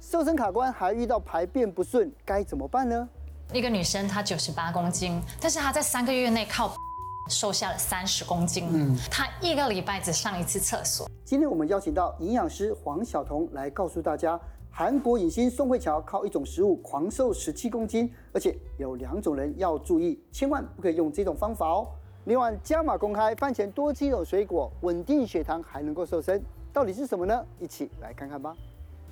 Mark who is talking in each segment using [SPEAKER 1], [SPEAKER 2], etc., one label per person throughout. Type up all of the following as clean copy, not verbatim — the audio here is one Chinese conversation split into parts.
[SPEAKER 1] 瘦身卡关还遇到排便不顺，该怎么办呢？
[SPEAKER 2] 一个女生她98公斤，但是她在3个月内靠瘦下了30公斤。她1个礼拜只上1次厕所。
[SPEAKER 1] 今天我们邀请到营养师黄晓彤来告诉大家，韩国影星宋慧乔靠一种食物狂瘦17公斤，而且有2种人要注意，千万不可以用这种方法哦。另外，加码公开饭前多吃一种水果，稳定血糖还能够瘦身，到底是什么呢？一起来看看吧。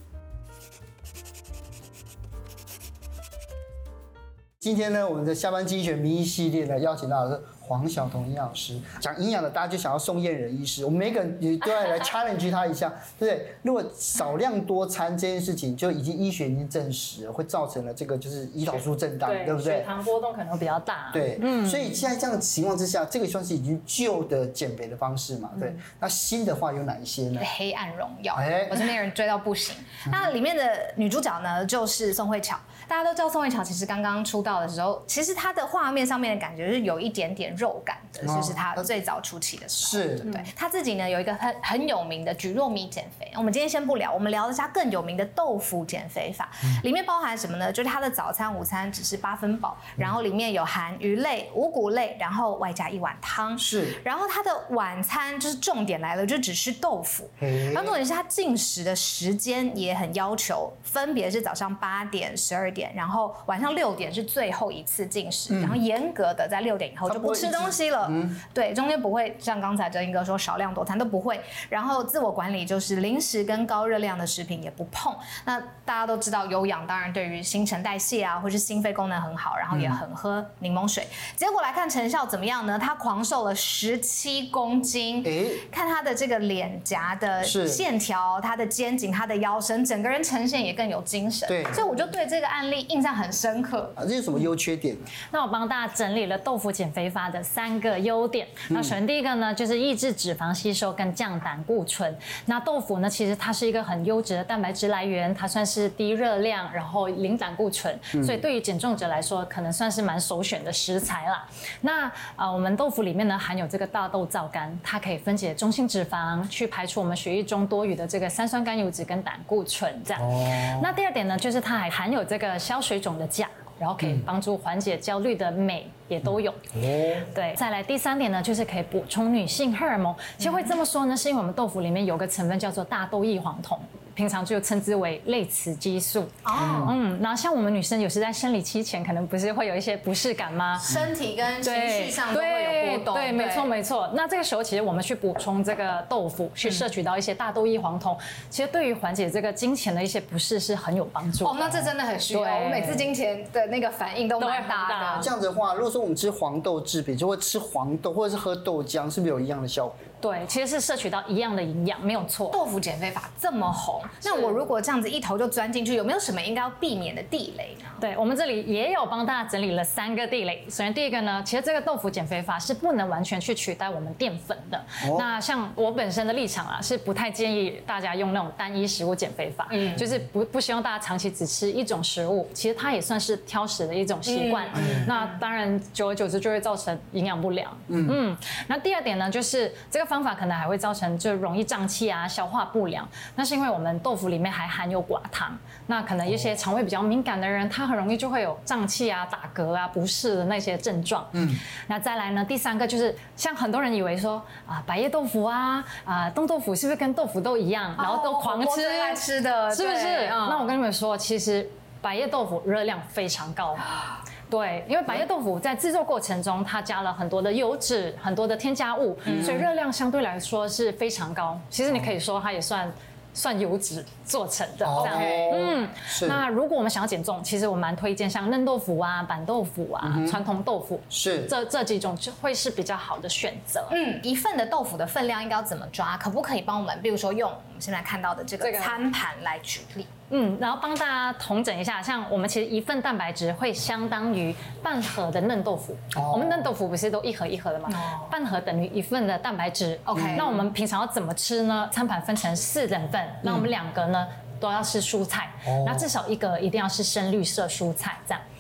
[SPEAKER 1] 今天呢，我们的下班精选名医系列呢，邀请到的是黄晓彤营养师。讲营养的，大家就想要宋燕人医师，我们每个人都要来 challenge 他一下，对不对？如果少量多餐这件事情，就医学已经证实了，会造成了这个就是胰岛素震荡，对不对？
[SPEAKER 2] 血糖波动可能比较大。
[SPEAKER 1] 对，所以现在这样的情况之下，这个算是已经旧的减肥的方式嘛？对。那新的话有哪一些呢？
[SPEAKER 3] 黑暗荣耀，我这边人追到不行。那里面的女主角呢，就是宋慧乔。大家都知道宋慧乔其实刚刚出道的时候，其实她的画面上面的感觉是有一点点肉感的，就是她最早初期的时候。是，对。她自己呢有一个很有名的蒟蒻米减肥，我们今天先不聊，我们聊一下更有名的豆腐减肥法。里面包含什么呢？就是她的早餐、午餐只是8分饱，然后里面有含鱼类、五谷类，然后外加1碗汤。是。然后她的晚餐就是重点来了，就只吃豆腐。然后重点是她进食的时间也很要求，分别是早上8点、12点，然后晚上6点是最后一次进食，然后严格的在6点以后就不吃东西了。对，中间不会像刚才哲英哥说少量多餐都不会。然后自我管理就是零食跟高热量的食品也不碰。那大家都知道有氧当然对于新陈代谢啊或是心肺功能很好，然后也很喝柠檬水。结果来看成效怎么样呢？他狂瘦了17公斤，看他的这个脸颊的线条、他的肩颈、他的腰身，整个人呈现也更有精神。对，所以我就对这个案例印象很深刻。
[SPEAKER 1] 这有什么优缺点？
[SPEAKER 2] 那我帮大家整理了豆腐减肥法的3个优点。那首先第一个呢，就是抑制脂肪吸收跟降胆固醇。那豆腐呢，其实它是一个很优质的蛋白质来源，它算是低热量，然后零胆固醇，所以对于减重者来说，可能算是蛮首选的食材啦。那我们豆腐里面呢含有这个大豆皂苷，它可以分解中性脂肪，去排除我们血液中多余的这个三酸甘油脂跟胆固醇这样。那第二点呢，就是它还含有这个消水肿的钾。然后可以帮助缓解焦虑的镁也都有。对，再来第3点呢，就是可以补充女性荷尔蒙。其实会这么说呢，是因为我们豆腐里面有个成分叫做大豆异黄酮。平常就称之为类雌激素。然后像我们女生有时在生理期前，可能不是会有一些不适感吗？
[SPEAKER 3] 身体跟情绪上都会有波动。
[SPEAKER 2] 对，没错没错。那这个时候，其实我们去补充这个豆腐，去摄取到一些大豆异黄酮，其实对于缓解这个经前的一些不适是很有帮助的。
[SPEAKER 3] 那这真的很需要。我每次经前的那个反应都蛮大的。
[SPEAKER 1] 这样子的话，如果说我们吃黄豆制品，就会吃黄豆或者是喝豆浆，是不是有一样的效果？
[SPEAKER 2] 对，其实是摄取到一样的营养，没有错。
[SPEAKER 3] 豆腐减肥法这么红，那我如果这样子一头就钻进去，有没有什么应该要避免的地雷呢？
[SPEAKER 2] 对，我们这里也有帮大家整理了3个地雷。首先第一个呢，其实这个豆腐减肥法是不能完全去取代我们淀粉的。那像我本身的立场啊，是不太建议大家用那种单一食物减肥法，就是不希望大家长期只吃一种食物，其实它也算是挑食的一种习惯。那当然久而久之就会造成营养不良。那第二点呢，就是这个方法可能还会造成就容易胀气啊、消化不良。那是因为我们豆腐里面还含有寡糖，那可能一些肠胃比较敏感的人，他很容易就会有胀气啊、打嗝啊、不适的那些症状。那再来呢，第3个就是像很多人以为说百叶豆腐冻豆腐是不是跟豆腐都一样，然后都狂吃，
[SPEAKER 3] 我最爱吃的，
[SPEAKER 2] 是不是？那我跟你们说，其实百叶豆腐热量非常高。对，因为百叶豆腐在制作过程中，它加了很多的油脂、很多的添加物，所以热量相对来说是非常高。其实你可以说它也算油脂做成的这样。那如果我们想要减重，其实我蛮推荐像嫩豆腐啊、板豆腐啊、传统豆腐，是这几种就会是比较好的选择。
[SPEAKER 3] 一份的豆腐的分量应该要怎么抓？可不可以帮我们，比如说用我们现在看到的这个餐盘来举例？
[SPEAKER 2] 然后帮大家统整一下，像我们其实1份蛋白质会相当于半盒的嫩豆腐。我们嫩豆腐不是都1盒1盒的吗？半盒等于1份的蛋白质。那我们平常要怎么吃呢？餐盘分成4等份，那我们2个呢都要是蔬菜，那至少1个一定要是深绿色蔬菜这样。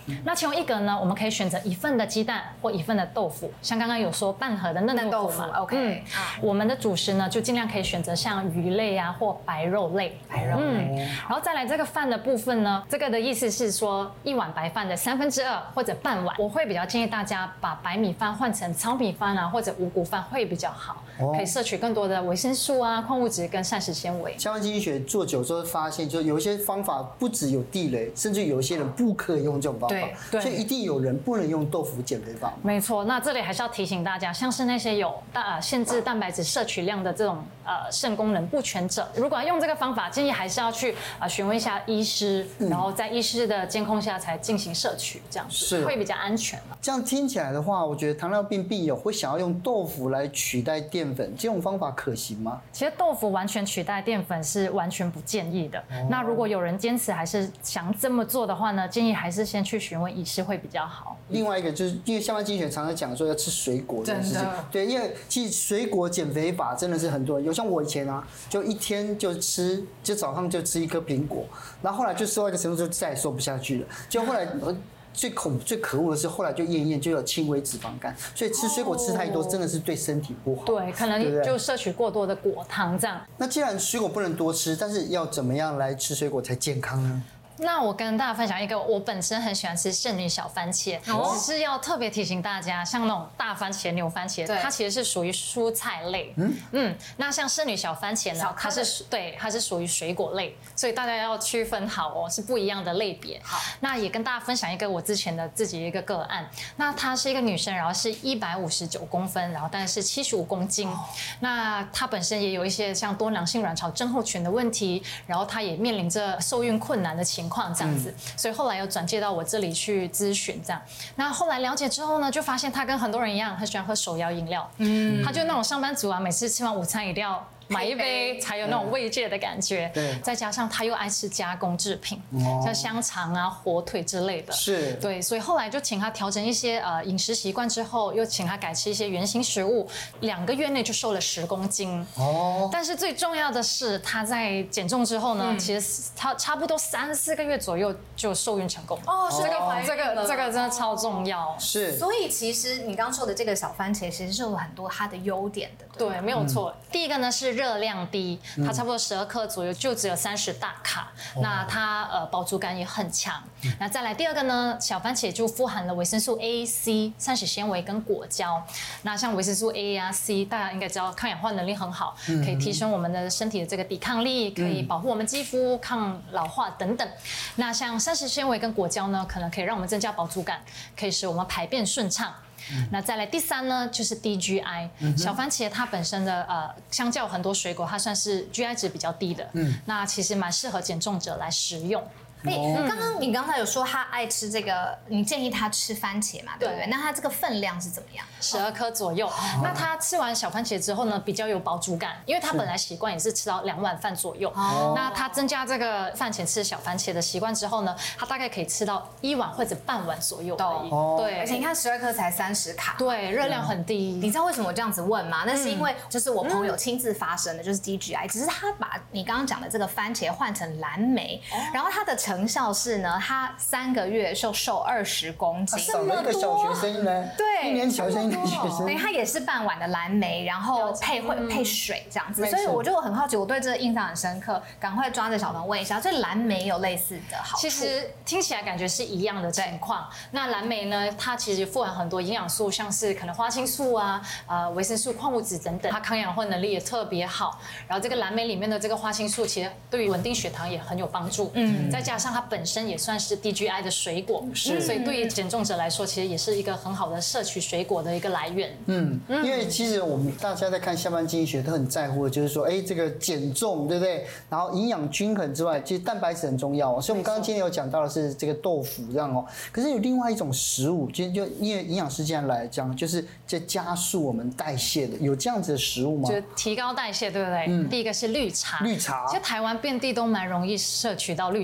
[SPEAKER 2] 那其中一个呢，我们可以选择1份的鸡蛋或1份的豆腐，像刚刚有说半盒的嫩豆腐嘛。
[SPEAKER 3] OK，
[SPEAKER 2] 我们的主食呢，就尽量可以选择像鱼类啊或白肉类。然后再来这个饭的部分呢，这个的意思是说1碗白饭的2/3或者半碗，我会比较建议大家把白米饭换成糙米饭啊，或者五谷饭会比较好，可以摄取更多的维生素啊、矿物质跟膳食纤维。
[SPEAKER 1] 相关经济学做久之后发现，就有一些方法不只有地雷，甚至有一些人不可以用这种方法，
[SPEAKER 2] 对，
[SPEAKER 1] 所以一定有人不能用豆腐减肥法。
[SPEAKER 2] 没错，那这里还是要提醒大家，像是那些有限制蛋白质摄取量的这种肾功能不全者，如果要用这个方法，建议还是要去询问一下医师，然后在医师的监控下才进行摄取，这样子会比较安全了。
[SPEAKER 1] 这样听起来的话，我觉得糖尿病病友会想要用豆腐来取代淀粉，这种方法可行吗？
[SPEAKER 2] 其实豆腐完全取代淀粉是完全不建议的。那如果有人坚持还是想这么做的话呢，建议还是先去询问医师会比较好。
[SPEAKER 1] 另外一个就是因为相关经济学常常讲说要吃水果这件事情，对，因为其实水果减肥法真的是很多人有，像我以前啊，就一天就早上就吃1颗苹果，然后后来就瘦到一个程度就再也瘦不下去了，就后来最可恶的是，后来就验就有轻微脂肪肝，所以吃水果吃太多真的是对身体不好。
[SPEAKER 2] 对，可能就摄取过多的果糖这样。
[SPEAKER 1] 那既然水果不能多吃，但是要怎么样来吃水果才健康呢？
[SPEAKER 2] 那我跟大家分享一个，我本身很喜欢吃圣女小番茄，只是要特别提醒大家，像那种大番茄、牛番茄，它其实是属于蔬菜类。那像圣女小番茄呢，它是属于水果类，所以大家要区分好哦，是不一样的类别。好，那也跟大家分享一个我之前的自己一个个案，那她是一个女生，然后是159公分，然后但是75公斤，那她本身也有一些像多囊性卵巢症候群的问题，然后她也面临着受孕困难的情况这样子，所以后来有转介到我这里去咨询这样。那后来了解之后呢，就发现他跟很多人一样，很喜欢喝手摇饮料。他就那种上班族啊，每次吃完午餐一定要买一杯才有那种慰藉的感觉。对，再加上他又爱吃加工制品，像香肠啊、火腿之类的。
[SPEAKER 1] 是，
[SPEAKER 2] 对，所以后来就请他调整一些饮食习惯之后，又请他改吃一些原型食物，2个月内就瘦了10公斤。但是最重要的是，他在减重之后呢，其实他差不多3-4个月左右就受孕成功。这个真的超重要。
[SPEAKER 1] 是，
[SPEAKER 3] 所以其实你刚说的这个小番茄，其实是有很多它的优点的。
[SPEAKER 2] 对，没有错。第一个呢是热量低，它差不多12克左右，就只有30大卡。那它饱足感也很强。那再来第二个呢，小番茄就富含了维生素 A、C、膳食纤维跟果胶。那像维生素 A 啊、C， 大家应该知道抗氧化能力很好，可以提升我们的身体的这个抵抗力，可以保护我们肌肤、抗老化等等。那像膳食纤维跟果胶呢，可能可以让我们增加饱足感，可以使我们排便顺畅。那再来第3呢，就是 DGI。小番茄它本身的相较很多水果，它算是 GI 值比较低的。那其实蛮适合减重者来食用。
[SPEAKER 3] 你刚才有说他爱吃这个，你建议他吃番茄嘛，对不对？那他这个分量是怎么样
[SPEAKER 2] ？12颗左右。那他吃完小番茄之后呢，比较有饱足感，因为他本来习惯也是吃到2碗饭左右。那他增加这个饭前吃小番茄的习惯之后呢，他大概可以吃到1碗或者半碗左右而已。
[SPEAKER 3] 对，而且你看12颗才30卡，
[SPEAKER 2] 对，热量很低。
[SPEAKER 3] 你知道为什么我这样子问吗？那是因为就是我朋友亲自发生的，就是 DGI，只是他把你刚刚讲的这个番茄换成蓝莓，然后他的成效是呢，他3个月就瘦20公斤，
[SPEAKER 1] 少了一个小学生呢。
[SPEAKER 3] 对，
[SPEAKER 1] 一年小学生一个学生。
[SPEAKER 3] 对，他也是半碗的蓝莓，然后配水这样子，所以我就很好奇，我对这个印象很深刻，赶快抓着小童问一下，这蓝莓有类似的好处？
[SPEAKER 2] 其实听起来感觉是一样的情况。那蓝莓呢，它其实富含很多营养素，像是可能花青素啊、维生素、矿物质等等，它抗氧化能力也特别好。然后这个蓝莓里面的这个花青素，其实对于稳定血糖也很有帮助。再加上它本身也算是 DGI 的水果，所以对于减重者来说，其实也是一个很好的摄取水果的一个来源。
[SPEAKER 1] 因为其实我们大家在看下班经济学都很在乎的，就是说，这个减重，对不对？然后营养均衡之外，其实蛋白质很重要。所以我们刚刚今天有讲到的是这个豆腐这样哦。可是有另外一种食物，就因为营养师这样来讲，就是在加速我们代谢的，有这样子的食物吗？
[SPEAKER 2] 就提高代谢，对不对？第一个是绿茶。
[SPEAKER 1] 绿茶，
[SPEAKER 2] 其实台湾遍地都蛮容易摄取到绿茶的。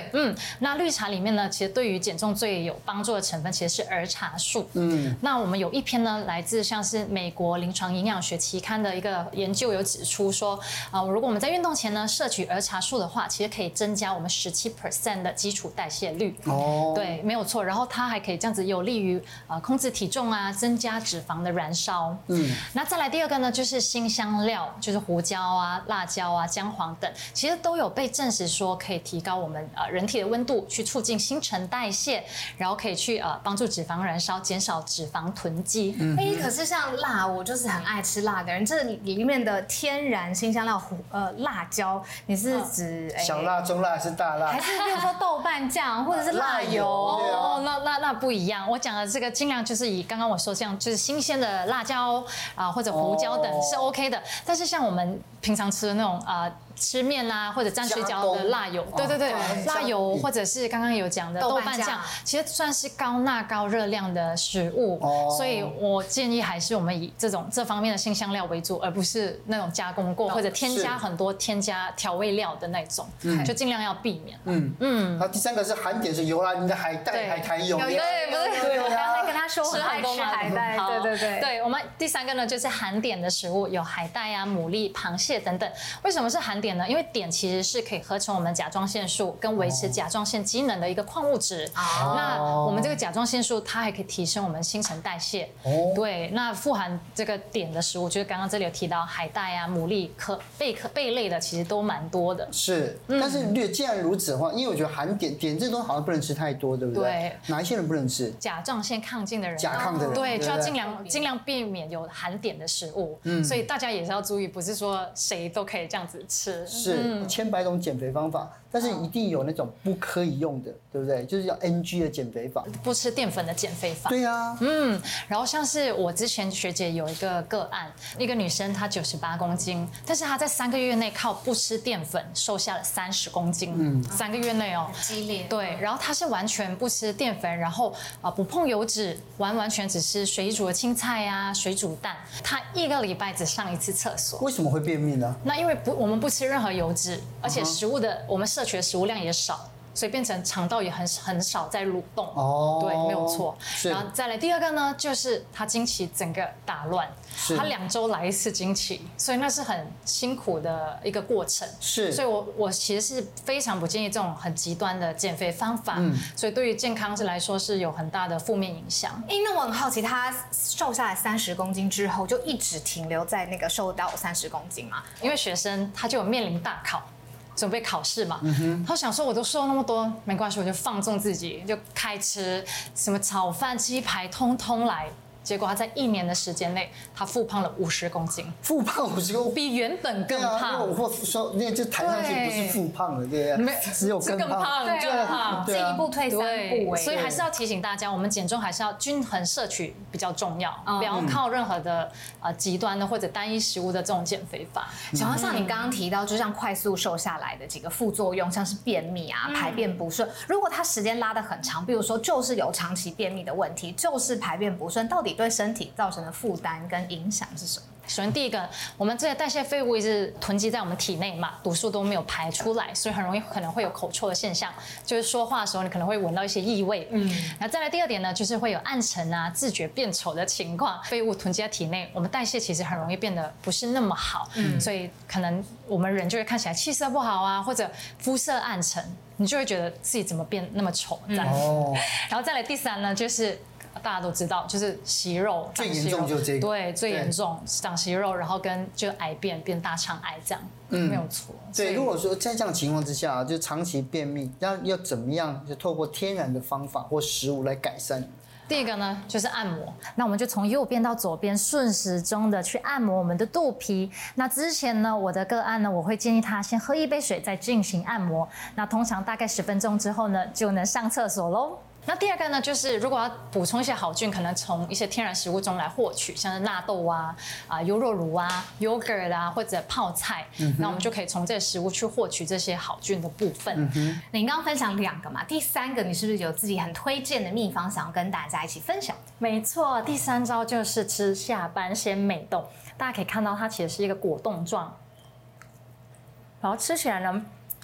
[SPEAKER 3] 对，
[SPEAKER 2] 那绿茶里面呢，其实对于减重最有帮助的成分其实是儿茶素。那我们有一篇呢，来自像是美国临床营养学期刊的一个研究有指出说，如果我们在运动前呢摄取儿茶素的话，其实可以增加我们17% 的基础代谢率。对，没有错。然后它还可以这样子有利于控制体重啊，增加脂肪的燃烧。那再来第二个呢，就是辛香料，就是胡椒啊、辣椒啊、姜黄等，其实都有被证实说可以提高我们人体的温度，去促进新陈代谢，然后可以去帮助脂肪燃烧，减少脂肪囤积。
[SPEAKER 3] 可是像辣，我就是很爱吃辣的人，这里面的天然辛香料辣椒，你是指
[SPEAKER 1] 小辣、中辣还是大辣？
[SPEAKER 3] 还是比如说豆瓣酱或者是辣油？
[SPEAKER 2] 那不一样。我讲的这个尽量就是以刚刚我说这样，就是新鲜的辣椒或者胡椒等是 OK 的。但是像我们平常吃的那种吃面啊或者蘸水饺的辣油，对，辣油或者是刚刚有讲的豆瓣酱，其实算是高钠高热量的食物，所以我建议还是我们以这方面的辛香料为主，而不是那种加工过或者添加很多添加调味料的那种，就尽量要避免。
[SPEAKER 1] 然后第三个是含碘是油啦，你的海带、海苔油，
[SPEAKER 3] 对，我刚才跟他说很爱吃海带，
[SPEAKER 2] 对，我们第三个呢就是含碘的食物，有海带啊、牡蛎、螃蟹等等。为什么是含碘呢？因为碘其实是可以合成我们甲状腺素跟维持甲状腺机能的一个矿物质。那我们这个甲状腺素它还可以提升我们新陈代谢。对，那富含这个碘的食物，就是刚刚这里有提到海带啊、牡蛎、贝类的，其实都蛮多的。
[SPEAKER 1] 是，但是既然如此的话，因为我觉得含碘这东西好像不能吃太多，对不对？
[SPEAKER 2] 对。
[SPEAKER 1] 哪一些人不能吃？
[SPEAKER 2] 甲状腺亢进的人，
[SPEAKER 1] 甲亢的人，
[SPEAKER 2] 对，就要尽量避免有含碘的食物。所以大家也是要注意，不是说谁都可以这样子吃。
[SPEAKER 1] 是千百种减肥方法，但是一定有那种不可以用的，对不对？就是叫 NG 的减肥法，
[SPEAKER 2] 不吃淀粉的减肥法。
[SPEAKER 1] 对啊，
[SPEAKER 2] 然后像是我之前学姐有一个案，一个女生她98公斤，但是她在3个月内靠不吃淀粉瘦下了30公斤。3个月内哦，
[SPEAKER 3] 激烈。
[SPEAKER 2] 对，然后她是完全不吃淀粉，然后不碰油脂，完全只吃水煮的青菜啊、水煮蛋。她1个礼拜只上1次厕所。
[SPEAKER 1] 为什么会便秘呢？
[SPEAKER 2] 那因为我们不吃任何油脂，而且我们摄取的食物量也少。所以变成肠道也很少在蠕动。对，没有错。然后再来第二个呢，就是她经期整个打乱，她2周来1次经期，所以那是很辛苦的一个过程。
[SPEAKER 1] 是，
[SPEAKER 2] 所以我其实是非常不建议这种很极端的减肥方法。所以对于健康来说是有很大的负面影响。
[SPEAKER 3] 那我很好奇，她瘦下来30公斤之后，就一直停留在那个瘦到30公斤吗？
[SPEAKER 2] 因为学生他就有面临大考。准备考试嘛，他想说我都瘦那么多，没关系，我就放纵自己，就开吃什么炒饭、鸡排，通通来。结果他在1年的时间内，他复胖了50公斤，
[SPEAKER 1] 复胖50公斤，
[SPEAKER 2] 比原本更胖。
[SPEAKER 1] 我说那就抬上去不是复胖了，对不对？只有更胖，
[SPEAKER 2] 更胖，
[SPEAKER 3] 进一步退3步。
[SPEAKER 2] 所以还是要提醒大家，我们减重还是要均衡摄取比较重要，不要靠任何的极端的或者单一食物的这种减肥法。
[SPEAKER 3] 像你刚刚提到，就像快速瘦下来的几个副作用，像是便秘啊、排便不顺。如果它时间拉得很长，比如说就是有长期便秘的问题，就是排便不顺，到底对身体造成的负担跟影响是什么？
[SPEAKER 2] 首先第一个，我们这些代谢废物一直囤积在我们体内嘛，毒素都没有排出来，所以很容易可能会有口臭的现象，就是说话的时候你可能会闻到一些异味。那再来第二点呢，就是会有暗沉啊、自觉变丑的情况，废物囤积在体内，我们代谢其实很容易变得不是那么好，所以可能我们人就会看起来气色不好啊，或者肤色暗沉，你就会觉得自己怎么变那么丑这样。然后再来第三呢，就是大家都知道，就是息肉，
[SPEAKER 1] 最严重就这个，
[SPEAKER 2] 对，最严重长息肉，然后跟就癌变大肠癌这样，没有错。
[SPEAKER 1] 对，如果说在这样的情况之下，就长期便秘，要怎么样就透过天然的方法或食物来改善？
[SPEAKER 2] 第一个呢，就是按摩。那我们就从右边到左边顺时钟的去按摩我们的肚皮。那之前呢，我的个案呢，我会建议他先喝1杯水再进行按摩。那通常大概10分钟之后呢，就能上厕所喽。那第二个呢，就是如果要补充一些好菌，可能从一些天然食物中来获取，像是纳豆啊、优酪乳啊、yogurt 啊，或者泡菜，那我们就可以从这些食物去获取这些好菌的部分。
[SPEAKER 3] 你刚刚分享2个嘛，第3个你是不是有自己很推荐的秘方，想要跟大家一起分享？
[SPEAKER 2] 没错，第3招就是吃下班鲜美豆。大家可以看到它其实是一个果冻状，然后吃起来呢，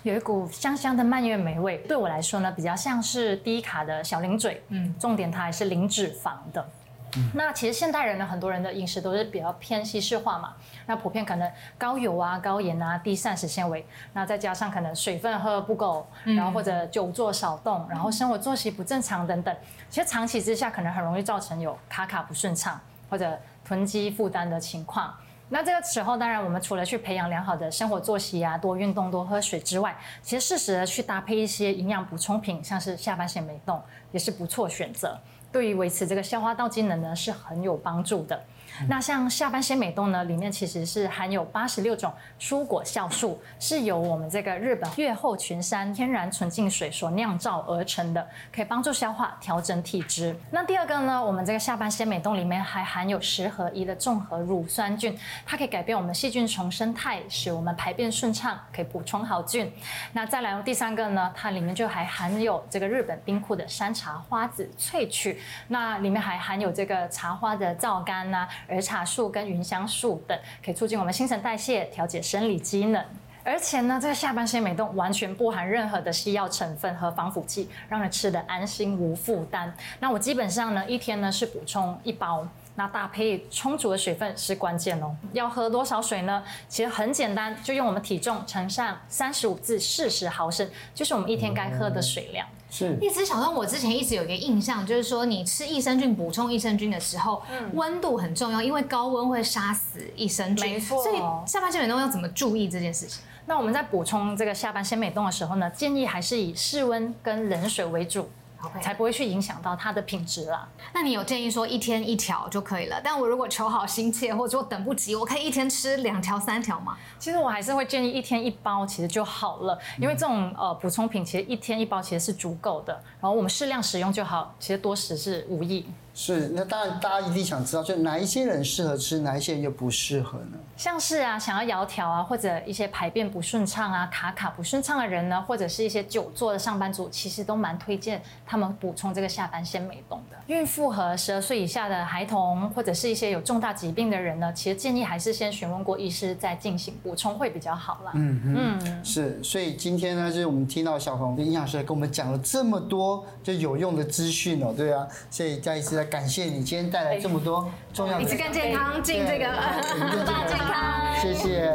[SPEAKER 2] 有一股香香的蔓越莓味，对我来说呢，比较像是低卡的小零嘴，重点它还是零脂肪的。那其实现代人呢，很多人的饮食都是比较偏西式化嘛，那普遍可能高油啊、高盐啊、低膳食纤维，那再加上可能水分喝不够，然后或者久坐少动，然后生活作息不正常等等，其实长期之下可能很容易造成有卡不顺畅或者囤积负担的情况。那这个时候，当然我们除了去培养良好的生活作息啊，多运动、多喝水之外，其实适时的去搭配一些营养补充品，像是下半身美冻，也是不错选择。对于维持这个消化道机能呢，是很有帮助的。那像下班鲜美冻呢，里面其实是含有86种蔬果酵素，是由我们这个日本越后群山天然纯净水所酿造而成的，可以帮助消化、调整体质。那第二个呢，我们这个下班鲜美冻里面还含有10合1的综合乳酸菌，它可以改变我们细菌重生态，使我们排便顺畅，可以补充好菌。那再来第三个呢，它里面就还含有这个日本冰库的山茶花籽萃取，那里面还含有这个茶花的皂苷啊、儿茶素跟芸香素等，可以促进我们新陈代谢，调节生理机能。而且呢，这个下班鲜美冻完全不含任何的西药成分和防腐剂，让人吃得安心无负担。那我基本上呢，一天呢是补充1包。那搭配充足的水分是关键哦。要喝多少水呢？其实很简单，就用我们体重乘上35至40毫升，就是我们一天该喝的水量。
[SPEAKER 1] 是。
[SPEAKER 3] 一直小东，我之前一直有一个印象，就是说你吃益生菌、补充益生菌的时候，温度很重要，因为高温会杀死益生菌。
[SPEAKER 2] 没错。
[SPEAKER 3] 所以下班鲜美冻要怎么注意这件事情？
[SPEAKER 2] 那我们在补充这个下班鲜美冻的时候呢，建议还是以室温跟冷水为主。才不会去影响到它的品质啦。
[SPEAKER 3] 那你有建议说1天1条就可以了？但我如果求好心切，或者说等不及，我可以1天吃2条、3条吗？
[SPEAKER 2] 其实我还是会建议1天1包，其实就好了。因为这种补充品，其实1天1包其实是足够的。然后我们适量使用就好，其实多食是无益。
[SPEAKER 1] 是，那当然大家一定想知道，就哪一些人适合吃，哪一些人又不适合呢？
[SPEAKER 2] 像是啊，想要窈窕啊，或者一些排便不顺畅啊、卡不顺畅的人呢，或者是一些久坐的上班族，其实都蛮推荐他们补充这个下班鲜美冻的。孕妇和12岁以下的孩童，或者是一些有重大疾病的人呢，其实建议还是先询问过医师再进行补充会比较好啦。
[SPEAKER 1] 是，所以今天呢，就是我们听到小红营养师跟我们讲了这么多就有用的资讯哦，对啊，所以再一次感谢你今天带来这么多重要的，
[SPEAKER 3] 一直更健康，进这个
[SPEAKER 1] 更健康，谢谢。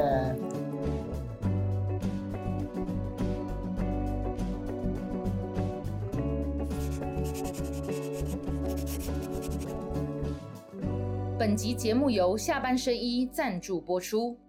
[SPEAKER 4] 本集节目由下半身衣赞助播出。